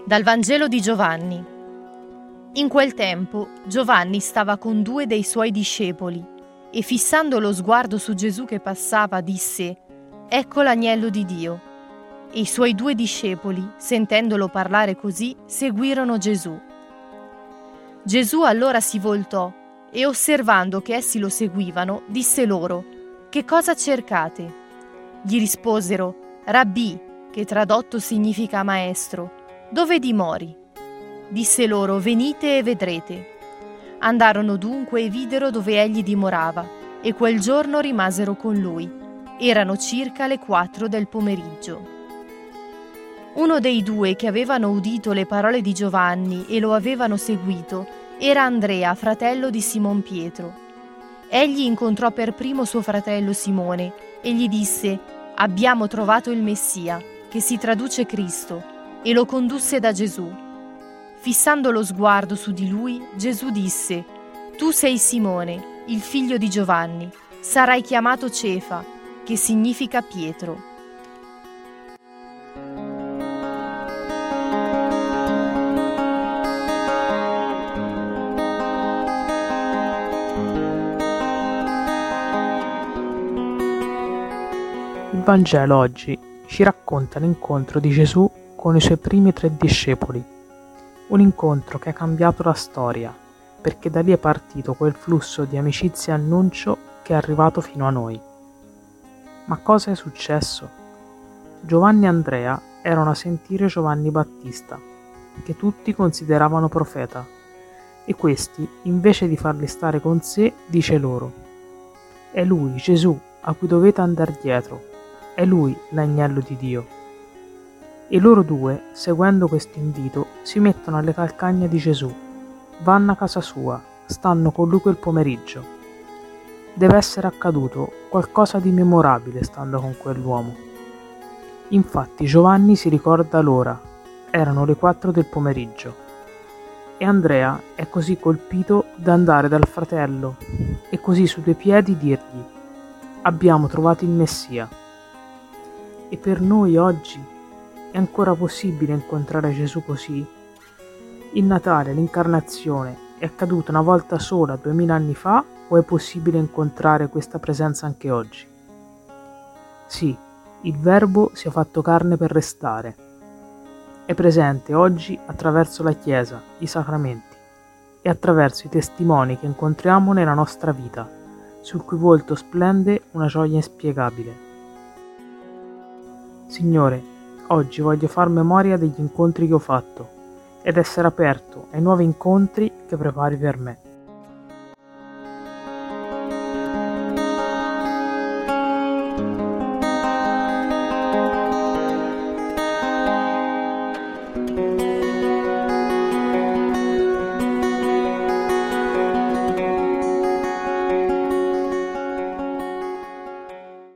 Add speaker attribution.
Speaker 1: Dal Vangelo di Giovanni. In quel tempo Giovanni stava con 2 dei suoi discepoli e fissando lo sguardo su Gesù che passava disse: «Ecco l'agnello di Dio». E i suoi 2 discepoli, sentendolo parlare così, seguirono Gesù. Gesù allora si voltò e osservando che essi lo seguivano, disse loro: «Che cosa cercate?» Gli risposero: «Rabbì», che tradotto significa maestro, «dove dimori?» Disse loro: «Venite e vedrete». Andarono dunque e videro dove egli dimorava, e quel giorno rimasero con lui. Erano circa le 4 del pomeriggio. Uno dei 2 che avevano udito le parole di Giovanni e lo avevano seguito era Andrea, fratello di Simon Pietro. Egli incontrò per primo suo fratello Simone e gli disse: «Abbiamo trovato il Messia», che si traduce Cristo, e lo condusse da Gesù. Fissando lo sguardo su di lui, Gesù disse: «Tu sei Simone, il figlio di Giovanni, sarai chiamato Cefa», che significa Pietro.
Speaker 2: Il Vangelo oggi ci racconta l'incontro di Gesù con i suoi primi 3 discepoli, un incontro che ha cambiato la storia, perché da lì è partito quel flusso di amicizia e annuncio che è arrivato fino a noi. Ma cosa è successo? Giovanni e Andrea erano a sentire Giovanni Battista, che tutti consideravano profeta, e questi, invece di farli stare con sé, dice loro: «È lui, Gesù, a cui dovete andare dietro. È lui l'agnello di Dio». E loro 2, seguendo questo invito, si mettono alle calcagna di Gesù, vanno a casa sua, stanno con lui quel pomeriggio. Deve essere accaduto qualcosa di memorabile stando con quell'uomo. Infatti Giovanni si ricorda l'ora, erano le 4 del pomeriggio. E Andrea è così colpito da andare dal fratello e così su 2 piedi dirgli: «Abbiamo trovato il Messia». E per noi oggi è ancora possibile incontrare Gesù così? Il Natale, l'incarnazione, è accaduta una volta sola 2000 anni fa o è possibile incontrare questa presenza anche oggi? Sì, il Verbo si è fatto carne per restare. È presente oggi attraverso la Chiesa, i sacramenti e attraverso i testimoni che incontriamo nella nostra vita, sul cui volto splende una gioia inspiegabile. Signore, oggi voglio far memoria degli incontri che ho fatto ed essere aperto ai nuovi incontri che prepari per me.